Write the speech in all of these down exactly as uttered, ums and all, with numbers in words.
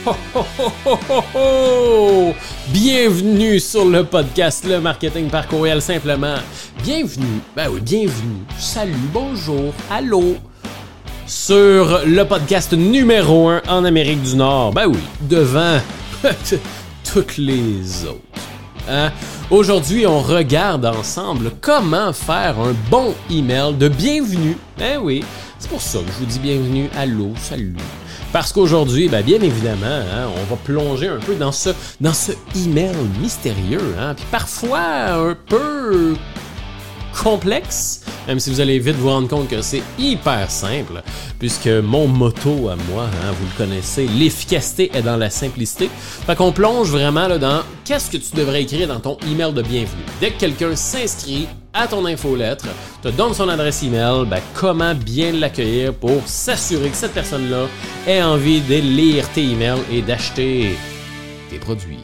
Oh, oh, oh, oh, oh, oh. Bienvenue sur le podcast Le Marketing par courriel simplement. Bienvenue, ben oui, bienvenue, salut, bonjour, allô, sur le podcast numéro un en Amérique du Nord. Ben oui, devant toutes les autres. Hein? Aujourd'hui, on regarde ensemble comment faire un bon email de bienvenue. Ben oui, c'est pour ça que je vous dis bienvenue, allô, salut. Parce qu'aujourd'hui, ben bien évidemment, hein, on va plonger un peu dans ce, dans ce email mystérieux, hein, puis parfois un peu complexe, même si vous allez vite vous rendre compte que c'est hyper simple, puisque mon motto à moi, hein, vous le connaissez, l'efficacité est dans la simplicité. Fait qu'on plonge vraiment là, dans qu'est-ce que tu devrais écrire dans ton email de bienvenue. Dès que quelqu'un s'inscrit à ton infolettre, te donne son adresse email, ben, comment bien l'accueillir pour s'assurer que cette personne-là ait envie de lire tes emails et d'acheter tes produits.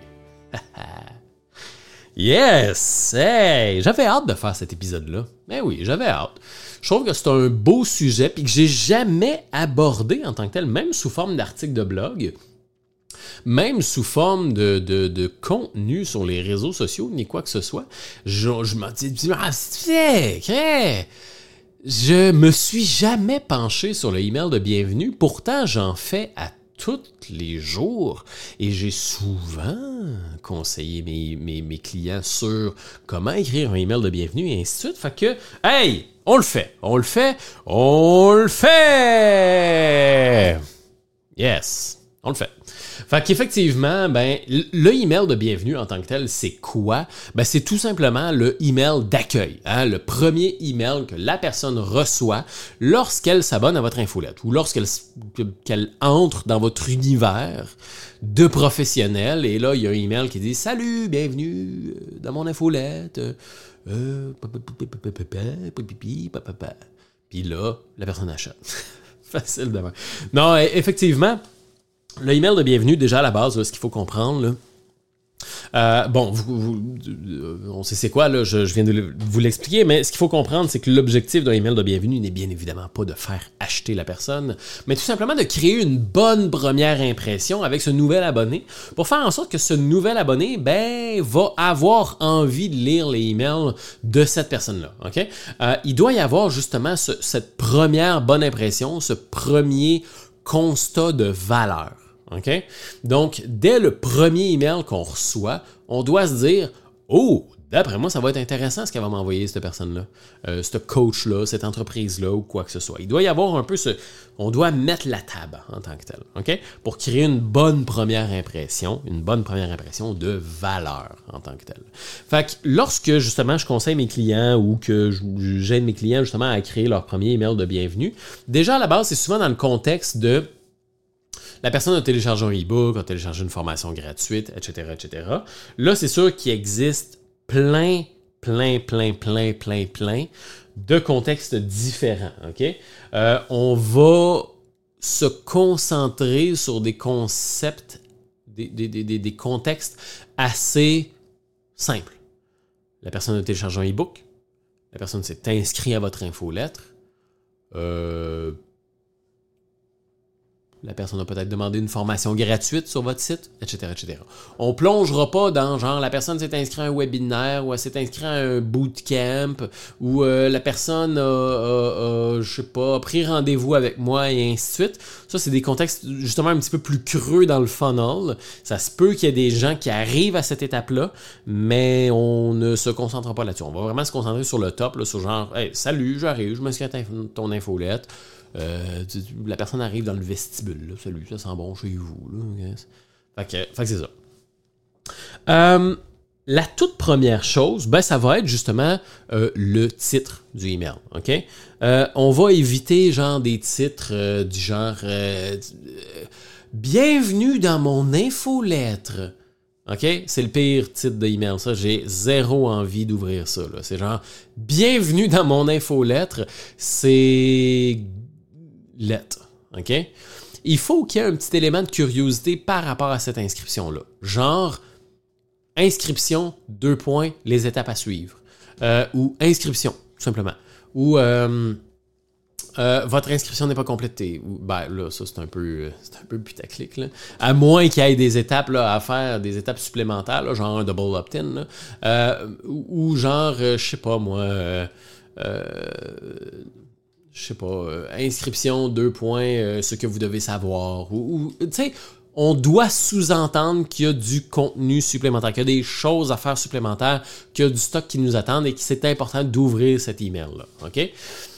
Yes! Hey! J'avais hâte de faire cet épisode-là. Ben oui, j'avais hâte. Je trouve que c'est un beau sujet puis que j'ai jamais abordé en tant que tel, même sous forme d'article de blog, même sous forme de, de, de contenu sur les réseaux sociaux, ni quoi que ce soit. Je, je me dis, ah, c'est vrai! Je me suis jamais penché sur le email de bienvenue. Pourtant, j'en fais à tous les jours et j'ai souvent conseillé mes, mes, mes clients sur comment écrire un email de bienvenue et ainsi de suite. Fait que, hey, on le fait, on le fait, on le fait! Yes, on le fait. Fait qu'effectivement, ben, le email de bienvenue en tant que tel, c'est quoi? Ben, c'est tout simplement le email d'accueil, hein? Le premier email que la personne reçoit lorsqu'elle s'abonne à votre infolette ou lorsqu'elle qu'elle entre dans votre univers de professionnel. Et là, il y a un email qui dit « Salut, bienvenue dans mon infolette. Euh, Puis là, la personne achète. Facile de même. Non, effectivement, le email de bienvenue, déjà à la base, là, ce qu'il faut comprendre, là, euh, bon, vous, vous, on sait c'est quoi, là, je, je viens de vous l'expliquer, mais ce qu'il faut comprendre, c'est que l'objectif d'un email de bienvenue n'est bien évidemment pas de faire acheter la personne, mais tout simplement de créer une bonne première impression avec ce nouvel abonné pour faire en sorte que ce nouvel abonné, ben, va avoir envie de lire les emails de cette personne-là, ok? Euh, il doit y avoir justement ce, cette première bonne impression, ce premier constat de valeur. Okay? Donc, dès le premier email qu'on reçoit, on doit se dire « Oh, d'après moi, ça va être intéressant ce qu'elle va m'envoyer, cette personne-là, euh, ce coach-là, cette entreprise-là ou quoi que ce soit. » Il doit y avoir un peu ce... On doit mettre la table en tant que tel, okay? Pour créer une bonne première impression, une bonne première impression de valeur en tant que tel. Fait que lorsque, justement, je conseille mes clients ou que j'aide mes clients, justement, à créer leur premier email de bienvenue, déjà, à la base, c'est souvent dans le contexte de la personne a téléchargé un e-book, a téléchargé une formation gratuite, et cetera, et cetera. Là, c'est sûr qu'il existe plein, plein, plein, plein, plein, plein de contextes différents. Okay? Euh, on va se concentrer sur des concepts, des, des, des, des contextes assez simples. La personne a téléchargé un e-book, la personne s'est inscrite à votre infolettre, euh, la personne a peut-être demandé une formation gratuite sur votre site, et cetera, et cetera. On ne plongera pas dans genre la personne s'est inscrite à un webinaire ou elle s'est inscrite à un bootcamp ou euh, la personne a, a, a, je sais pas, a pris rendez-vous avec moi et ainsi de suite. Ça, c'est des contextes justement un petit peu plus creux dans le funnel. Ça se peut qu'il y ait des gens qui arrivent à cette étape-là, mais on ne se concentre pas là-dessus. On va vraiment se concentrer sur le top, là, sur genre hey, « Salut, j'arrive, je m'inscris à ton infolette. » Euh, la personne arrive dans le vestibule. Là. Salut, ça sent bon chez vous. Là. Fait que, fait que c'est ça. Euh, la toute première chose, ben, ça va être justement euh, le titre du email. Okay? Euh, on va éviter genre des titres euh, du genre euh, euh, Bienvenue dans mon infolettre. OK? C'est le pire titre d'email. Ça, j'ai zéro envie d'ouvrir ça. Là. C'est genre Bienvenue dans mon infolettre. C'est lettre, OK? Il faut qu'il y ait un petit élément de curiosité par rapport à cette inscription-là. Genre, inscription, deux points, les étapes à suivre. Euh, ou inscription, tout simplement. Ou, euh, Euh, votre inscription n'est pas complétée. Ben là, ça c'est un peu c'est un peu putaclic, là. À moins qu'il y ait des étapes là, à faire, des étapes supplémentaires, là, genre un double opt-in, là, euh, ou, ou genre, euh, je sais pas moi, euh, euh, je sais pas, euh, inscription, deux points, euh, ce que vous devez savoir. Ou, ou tu sais, on doit sous-entendre qu'il y a du contenu supplémentaire, qu'il y a des choses à faire supplémentaires, qu'il y a du stock qui nous attend et que c'est important d'ouvrir cet email-là. OK?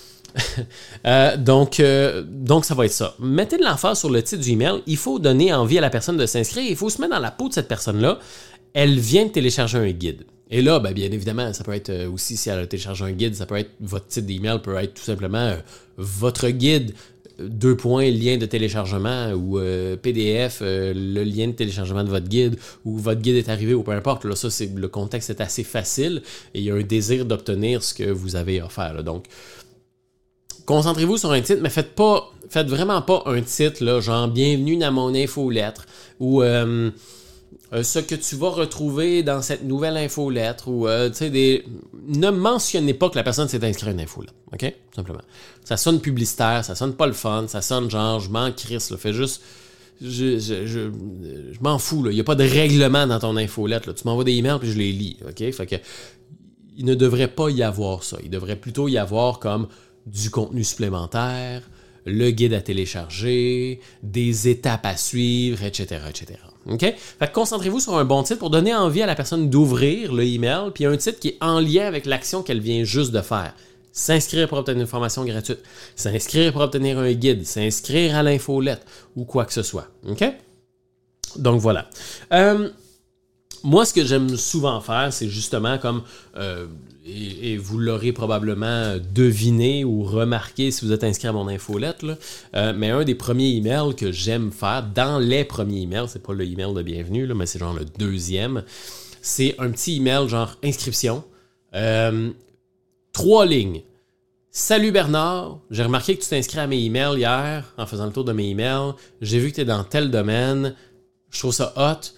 euh, donc, euh, donc, ça va être ça. Mettez de l'emphase sur le titre du email. Il faut donner envie à la personne de s'inscrire. Il faut se mettre dans la peau de cette personne-là. Elle vient de télécharger un guide. Et là, ben, bien évidemment, ça peut être aussi, si elle a téléchargé un guide, ça peut être, votre titre d'email peut être tout simplement euh, votre guide, deux points, lien de téléchargement, ou euh, P D F, euh, le lien de téléchargement de votre guide, ou votre guide est arrivé, ou peu importe. Là, ça, c'est, le contexte est assez facile et il y a un désir d'obtenir ce que vous avez offert. Là. Donc, concentrez-vous sur un titre, mais faites pas, faites vraiment pas un titre, là, genre « Bienvenue dans mon infolettre » ou euh, euh, « Ce que tu vas retrouver dans cette nouvelle infolettre » ou euh, tu sais, des... Ne mentionnez pas que la personne s'est inscrite à une infolettre, OK? Tout simplement. Ça sonne publicitaire, ça sonne pas le fun, ça sonne genre « Je m'en crisse, là, fais juste... » Je, je, je, je m'en fous, là. Il n'y a pas de règlement dans ton infolettre, là. Tu m'envoies des emails puis je les lis, OK? Fait que il ne devrait pas y avoir ça. Il devrait plutôt y avoir comme du contenu supplémentaire, le guide à télécharger, des étapes à suivre, et cetera, et cetera. OK? Fait que concentrez-vous sur un bon titre pour donner envie à la personne d'ouvrir le email, puis un titre qui est en lien avec l'action qu'elle vient juste de faire. S'inscrire pour obtenir une formation gratuite, s'inscrire pour obtenir un guide, s'inscrire à l'infolette ou quoi que ce soit. OK? Donc voilà. Euh, moi, ce que j'aime souvent faire, c'est justement comme... Euh, Et, et vous l'aurez probablement deviné ou remarqué si vous êtes inscrit à mon infolette, là. Euh, mais un des premiers emails que j'aime faire, dans les premiers emails, c'est pas le email de bienvenue, là, mais c'est genre le deuxième, c'est un petit email genre inscription, euh, trois lignes. Salut Bernard, j'ai remarqué que tu t'es inscrit à mes emails hier en faisant le tour de mes emails. J'ai vu que tu es dans tel domaine. Je trouve ça hot.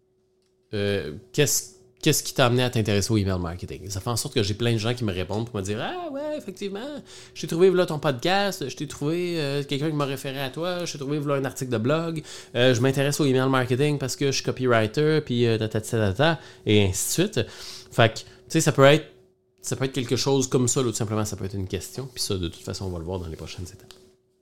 Euh, qu'est-ce Qu'est-ce qui t'a amené à t'intéresser au email marketing? Ça fait en sorte que j'ai plein de gens qui me répondent pour me dire « Ah ouais, effectivement, je t'ai trouvé là ton podcast, je t'ai trouvé euh, quelqu'un qui m'a référé à toi, je t'ai trouvé là un article de blog, euh, je m'intéresse au email marketing parce que je suis copywriter, puis euh, tata, tata, tata, et ainsi de suite. » Fait que, tu sais, ça peut être ça peut être quelque chose comme ça, ou tout simplement, ça peut être une question, puis ça, de toute façon, on va le voir dans les prochaines étapes.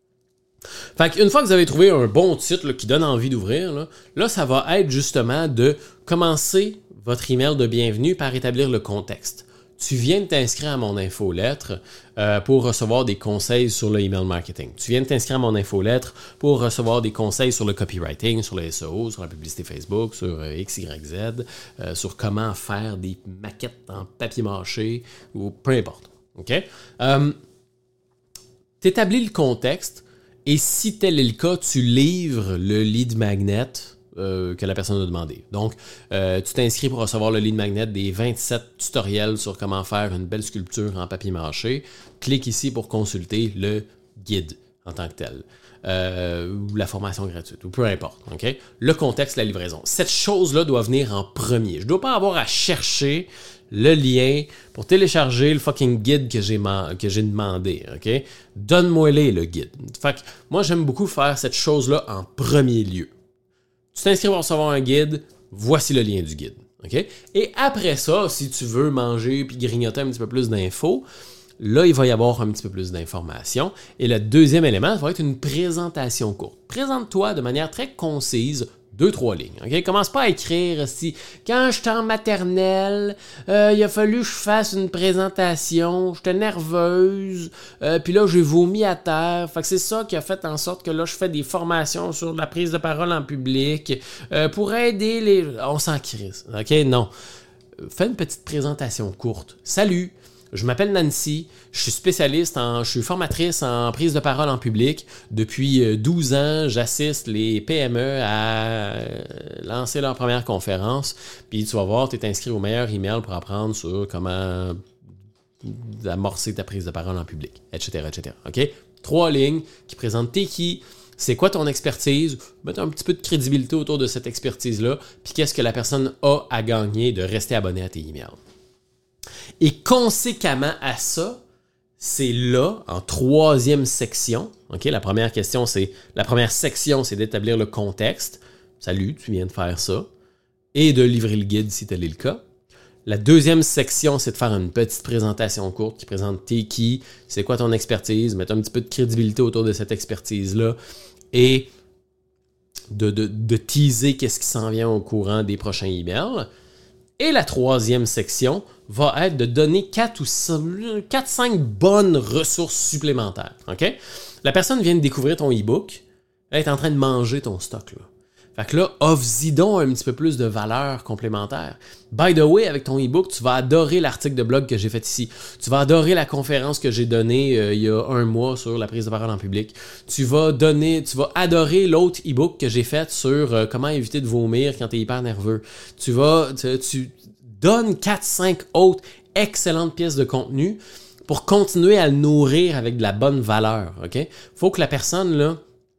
Fait qu'une fois que vous avez trouvé un bon titre là, qui donne envie d'ouvrir, là, là, ça va être justement de commencer votre email de bienvenue par établir le contexte. Tu viens de t'inscrire à mon infolettre euh, pour recevoir des conseils sur le email marketing. Tu viens de t'inscrire à mon infolettre pour recevoir des conseils sur le copywriting, sur le S E O, sur la publicité Facebook, sur euh, X Y Z, euh, sur comment faire des maquettes en papier mâché ou peu importe. Okay? Euh, tu établis le contexte et si tel est le cas, tu livres le lead magnet Euh, que la personne a demandé. Donc, euh, tu t'inscris pour recevoir le lead magnet des vingt-sept tutoriels sur comment faire une belle sculpture en papier mâché. Clique ici pour consulter le guide en tant que tel. Euh, ou la formation gratuite, ou peu importe. Okay? Le contexte, la livraison. Cette chose-là doit venir en premier. Je ne dois pas avoir à chercher le lien pour télécharger le fucking guide que j'ai, man- que j'ai demandé. Okay? Donne-moi-les, le guide. Fait que moi, j'aime beaucoup faire cette chose-là en premier lieu. Tu t'inscris pour recevoir un guide, voici le lien du guide. Okay? Et après ça, si tu veux manger puis grignoter un petit peu plus d'infos, là, il va y avoir un petit peu plus d'informations. Et le deuxième élément, ça va être une présentation courte. Présente-toi de manière très concise, deux, trois lignes. Okay? Commence pas à écrire si quand j'étais en maternelle, euh, il a fallu que je fasse une présentation, j'étais nerveuse, euh, puis là j'ai vomi à terre. Fait que c'est ça qui a fait en sorte que là je fais des formations sur la prise de parole en public euh, pour aider les. On s'en crisse. OK? Non. Fais une petite présentation courte. Salut! Je m'appelle Nancy, je suis spécialiste, en, je suis formatrice en prise de parole en public. Depuis douze ans, j'assiste les P M E à lancer leur première conférence. Puis tu vas voir, tu es inscrit au meilleur email pour apprendre sur comment amorcer ta prise de parole en public, et cetera, et cetera. OK? Trois lignes qui présentent t'es qui, c'est quoi ton expertise, mettre un petit peu de crédibilité autour de cette expertise-là, puis qu'est-ce que la personne a à gagner de rester abonné à tes emails. Et conséquemment à ça, c'est là, en troisième section. OK? La première question, c'est. La première section, c'est d'établir le contexte. Salut, tu viens de faire ça. Et de livrer le guide si tel est le cas. La deuxième section, c'est de faire une petite présentation courte qui présente t'es qui, c'est quoi ton expertise, mettre un petit peu de crédibilité autour de cette expertise-là et de, de, de teaser qu'est-ce qui s'en vient au courant des prochains emails. Et la troisième section va être de donner quatre ou cinq bonnes ressources supplémentaires. Okay? La personne vient de découvrir ton e-book, elle est en train de manger ton stock, là. Fait que là, offre-y donc un petit peu plus de valeur complémentaire. By the way, avec ton e-book, tu vas adorer l'article de blog que j'ai fait ici. Tu vas adorer la conférence que j'ai donnée euh, il y a un mois sur la prise de parole en public. Tu vas donner, tu vas adorer l'autre e-book que j'ai fait sur euh, comment éviter de vomir quand tu es hyper nerveux. Tu vas, tu, tu donnes quatre cinq autres excellentes pièces de contenu pour continuer à le nourrir avec de la bonne valeur. OK? Faut que la personne, là,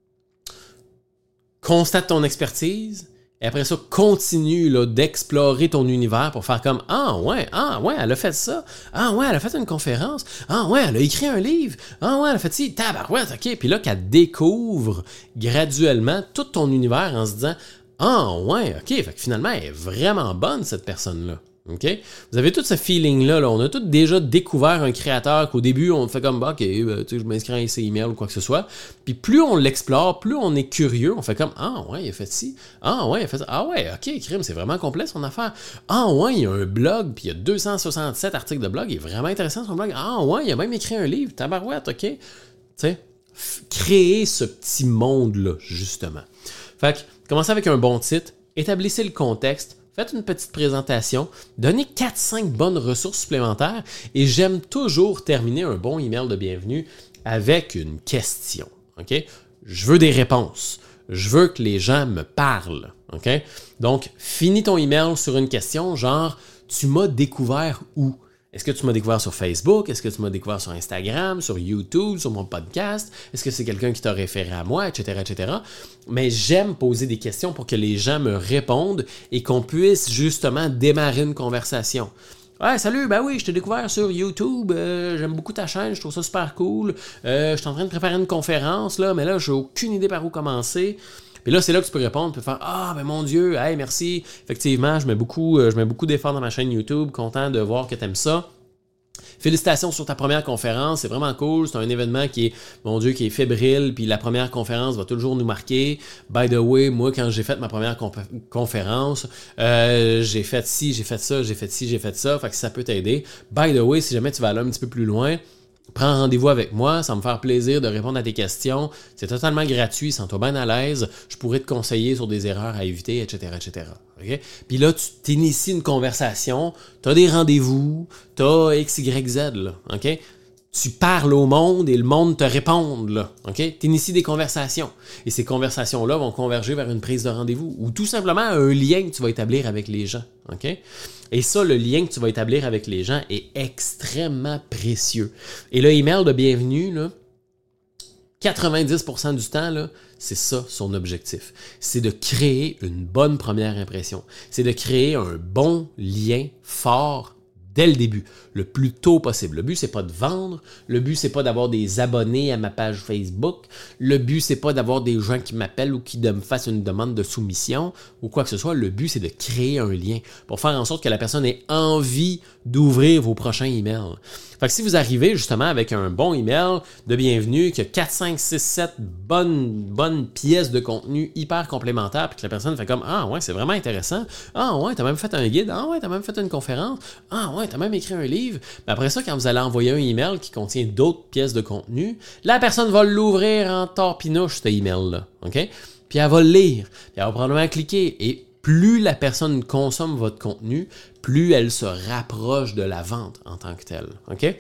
constate ton expertise et après ça, continue là, d'explorer ton univers pour faire comme « Ah ouais, ah ouais, elle a fait ça. Ah ouais, elle a fait une conférence. Ah ouais, elle a écrit un livre. Ah ouais, elle a fait ci. Tabarouette, OK. » Puis là, qu'elle découvre graduellement tout ton univers en se disant « Ah ouais, OK. » Fait que finalement, elle est vraiment bonne, cette personne-là. OK? Vous avez tout ce feeling-là. Là. On a tous déjà découvert un créateur qu'au début, on fait comme bah, « OK, ben, tu sais, je m'inscris à un email ou quoi que ce soit. » Puis plus on l'explore, plus on est curieux, on fait comme « Ah ouais, il a fait ci. Ah ouais, il a fait ça. Ah ouais, OK, crime, c'est vraiment complet son affaire. Ah ouais, il y a un blog, puis il y a deux cent soixante-sept articles de blog. Il est vraiment intéressant son blog. Ah ouais, il a même écrit un livre. Tabarouette, OK? » Tu sais, f- créer ce petit monde-là, justement. Fait que, commencez avec un bon titre, établissez le contexte, faites une petite présentation, donnez quatre cinq bonnes ressources supplémentaires et j'aime toujours terminer un bon email de bienvenue avec une question. Okay? Je veux des réponses. Je veux que les gens me parlent. Okay? Donc, finis ton email sur une question genre « Tu m'as découvert où? » Est-ce que tu m'as découvert sur Facebook? Est-ce que tu m'as découvert sur Instagram, sur YouTube, sur mon podcast? Est-ce que c'est quelqu'un qui t'a référé à moi, et cetera, et cetera. Mais j'aime poser des questions pour que les gens me répondent et qu'on puisse justement démarrer une conversation. Ouais, salut, ben oui, je t'ai découvert sur YouTube, euh, j'aime beaucoup ta chaîne, je trouve ça super cool. Euh, je suis en train de préparer une conférence, là, mais là, j'ai aucune idée par où commencer. Puis là, c'est là que tu peux répondre, tu peux faire « Ah, ben mon Dieu, hey, merci. Effectivement, je mets beaucoup, euh, je mets beaucoup d'efforts dans ma chaîne YouTube, content de voir que tu aimes ça. Félicitations sur ta première conférence, c'est vraiment cool. C'est un événement qui est, mon Dieu, qui est fébrile, puis la première conférence va toujours nous marquer. By the way, moi, quand j'ai fait ma première comp- conférence, euh, j'ai fait ci, j'ai fait ça, j'ai fait ci, j'ai fait ça, fait que ça peut t'aider. By the way, si jamais tu vas aller un petit peu plus loin, prends rendez-vous avec moi, ça va me faire plaisir de répondre à tes questions. C'est totalement gratuit, sens-toi bien à l'aise. Je pourrais te conseiller sur des erreurs à éviter, et cetera, et cetera. Okay? Puis là, tu t'inities une conversation, tu as des rendez-vous, tu as X, Y, Z, là, OK? Tu parles au monde et le monde te répond, là, OK? Tu inities des conversations. Et ces conversations-là vont converger vers une prise de rendez-vous ou tout simplement un lien que tu vas établir avec les gens, OK? Et ça, le lien que tu vas établir avec les gens est extrêmement précieux. Et le email de bienvenue, là, quatre-vingt-dix pour cent du temps, là, c'est ça son objectif. C'est de créer une bonne première impression. C'est de créer un bon lien fort dès le début, le plus tôt possible. Le but, c'est pas de vendre. Le but, c'est pas d'avoir des abonnés à ma page Facebook. Le but, c'est pas d'avoir des gens qui m'appellent ou qui me fassent une demande de soumission ou quoi que ce soit. Le but, c'est de créer un lien pour faire en sorte que la personne ait envie d'ouvrir vos prochains emails. Fait que si vous arrivez justement avec un bon email de bienvenue, qui a quatre, cinq, six, sept bonnes, bonnes pièces de contenu hyper complémentaires, puis que la personne fait comme « Ah ouais, c'est vraiment intéressant. Ah ouais, t'as même fait un guide. Ah ouais, t'as même fait une conférence. Ah ouais, t'as même écrit un livre. » Mais après ça, quand vous allez envoyer un email qui contient d'autres pièces de contenu, la personne va l'ouvrir en torpinouche, ce email-là. OK? Puis elle va le lire. Puis elle va probablement cliquer. Et plus la personne consomme votre contenu, plus elle se rapproche de la vente en tant que telle. OK?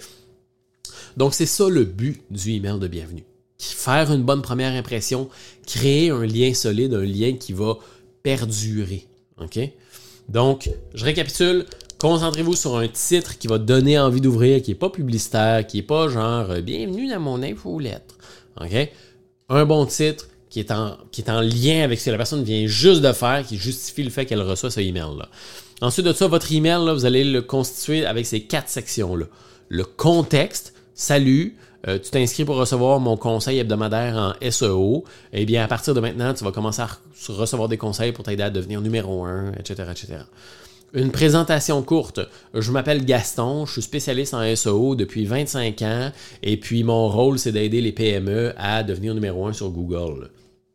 Donc, c'est ça le but du email de bienvenue. Faire une bonne première impression, créer un lien solide, un lien qui va perdurer. OK? Donc, je récapitule. Concentrez-vous sur un titre qui va donner envie d'ouvrir, qui n'est pas publicitaire, qui n'est pas genre euh, « Bienvenue dans mon infolettre ». OK? Un bon titre qui est, en, qui est en lien avec ce que la personne vient juste de faire, qui justifie le fait qu'elle reçoit ce email-là. Ensuite de ça, votre email, là, vous allez le constituer avec ces quatre sections-là. Le contexte, Salut, euh, tu t'inscris pour recevoir mon conseil hebdomadaire en S E O. Eh bien, à partir de maintenant, tu vas commencer à re- recevoir des conseils pour t'aider à devenir numéro un, et cetera, et cetera. Une présentation courte. Je m'appelle Gaston, je suis spécialiste en S E O depuis vingt-cinq ans et puis mon rôle, c'est d'aider les P M E à devenir numéro un sur Google.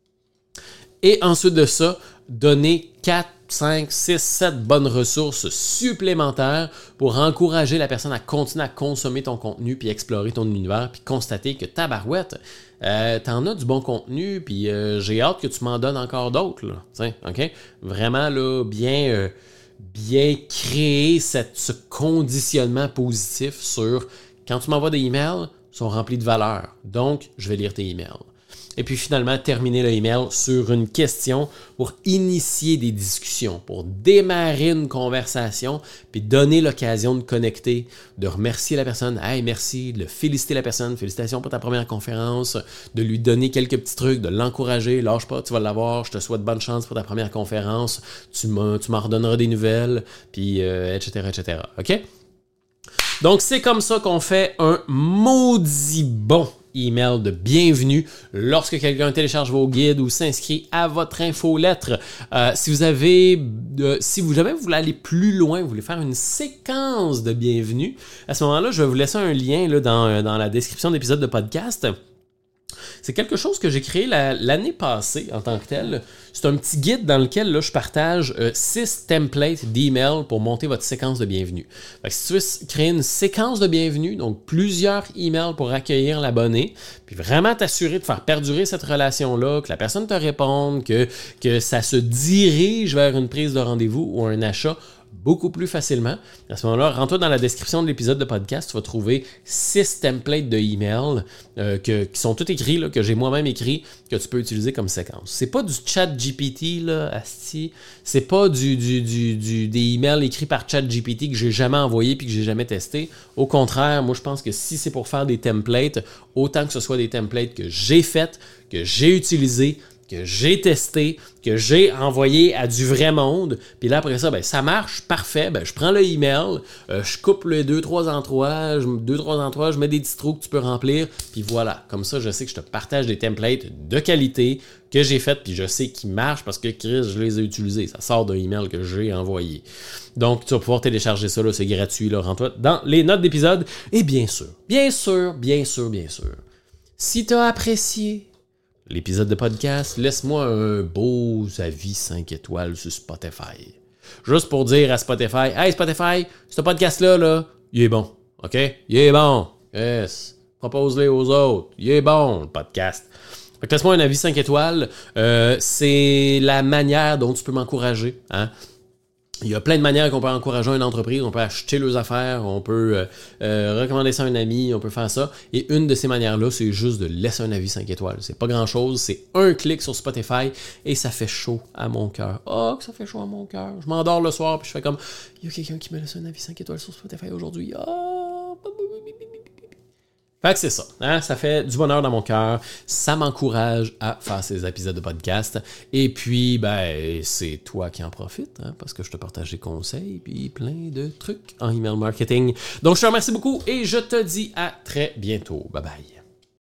Et ensuite de ça, donner quatre, cinq, six, sept bonnes ressources supplémentaires pour encourager la personne à continuer à consommer ton contenu puis explorer ton univers puis constater que tabarouette, euh, t'en as du bon contenu puis euh, j'ai hâte que tu m'en donnes encore d'autres. Là. T'sais, OK? Vraiment, là, bien, euh, bien créer cette, ce conditionnement positif sur quand tu m'envoies des emails, ils sont remplis de valeur. Donc, je vais lire tes emails. Et puis finalement, terminer le email sur une question pour initier des discussions, pour démarrer une conversation, puis donner l'occasion de connecter, de remercier la personne. Hey, merci, de féliciter la personne, félicitations pour ta première conférence, de lui donner quelques petits trucs, de l'encourager, lâche pas, tu vas l'avoir, je te souhaite bonne chance pour ta première conférence, tu m'en, tu m'en redonneras des nouvelles, puis euh, et cetera, et cetera. OK? Donc, c'est comme ça qu'on fait un maudit bon email de bienvenue lorsque quelqu'un télécharge vos guides ou s'inscrit à votre infolettre. Euh, si vous avez, euh, si vous jamais vous voulez aller plus loin, vous voulez faire une séquence de bienvenue, à ce moment-là, je vais vous laisser un lien là, dans, dans la description de l'épisode de podcast. C'est quelque chose que j'ai créé la, l'année passée en tant que tel. C'est un petit guide dans lequel là, je partage euh, six templates d'email pour monter votre séquence de bienvenue. Fait que si tu veux créer une séquence de bienvenue, donc plusieurs emails pour accueillir l'abonné, puis vraiment t'assurer de faire perdurer cette relation-là, que la personne te réponde, que, que ça se dirige vers une prise de rendez-vous ou un achat beaucoup plus facilement. À ce moment-là, rends-toi dans la description de l'épisode de podcast, tu vas trouver six templates de email euh, que, qui sont tous écrits, là, que j'ai moi-même écrits, que tu peux utiliser comme séquence. C'est pas du chat G P T, là, asti. C'est pas du, du, du, du, des emails écrits par chat G P T que j'ai jamais envoyé puis que j'ai jamais testé. Au contraire, moi, je pense que si c'est pour faire des templates, autant que ce soit des templates que j'ai faites, que j'ai utilisés, que j'ai testé, que j'ai envoyé à du vrai monde, puis là, après ça, ben, ça marche, parfait, ben, je prends le email, euh, je coupe les deux, trois endroits, je, deux, trois endroits, je mets des petits trous que tu peux remplir, puis voilà. Comme ça, je sais que je te partage des templates de qualité que j'ai fait, puis je sais qu'ils marchent parce que, Chris, je les ai utilisés. Ça sort d'un email que j'ai envoyé. Donc, tu vas pouvoir télécharger ça, là, c'est gratuit, là, rends-toi dans les notes d'épisode. Et bien sûr, bien sûr, bien sûr, bien sûr, si tu as apprécié l'épisode de podcast, laisse-moi un beau avis cinq étoiles sur Spotify. Juste pour dire à Spotify, hey Spotify, ce podcast-là, là, il est bon. OK? Il est bon. Yes. Propose-le aux autres. Il est bon, le podcast. Fait que laisse-moi un avis cinq étoiles. Euh, c'est la manière dont tu peux m'encourager. Hein? Il y a plein de manières qu'on peut encourager une entreprise. On peut acheter leurs affaires, on peut euh, euh, recommander ça à un ami, on peut faire ça. Et une de ces manières-là, c'est juste de laisser un avis cinq étoiles. C'est pas grand-chose, c'est un clic sur Spotify et ça fait chaud à mon cœur. Oh, que ça fait chaud à mon cœur. Je m'endors le soir puis je fais comme, il y a quelqu'un qui m'a laissé un avis cinq étoiles sur Spotify aujourd'hui. Oh. Fait que c'est ça, hein? Ça fait du bonheur dans mon cœur, ça m'encourage à faire ces épisodes de podcast, et puis, ben, c'est toi qui en profites, hein? Parce que je te partage des conseils, puis plein de trucs en email marketing. Donc, je te remercie beaucoup, et je te dis à très bientôt. Bye bye.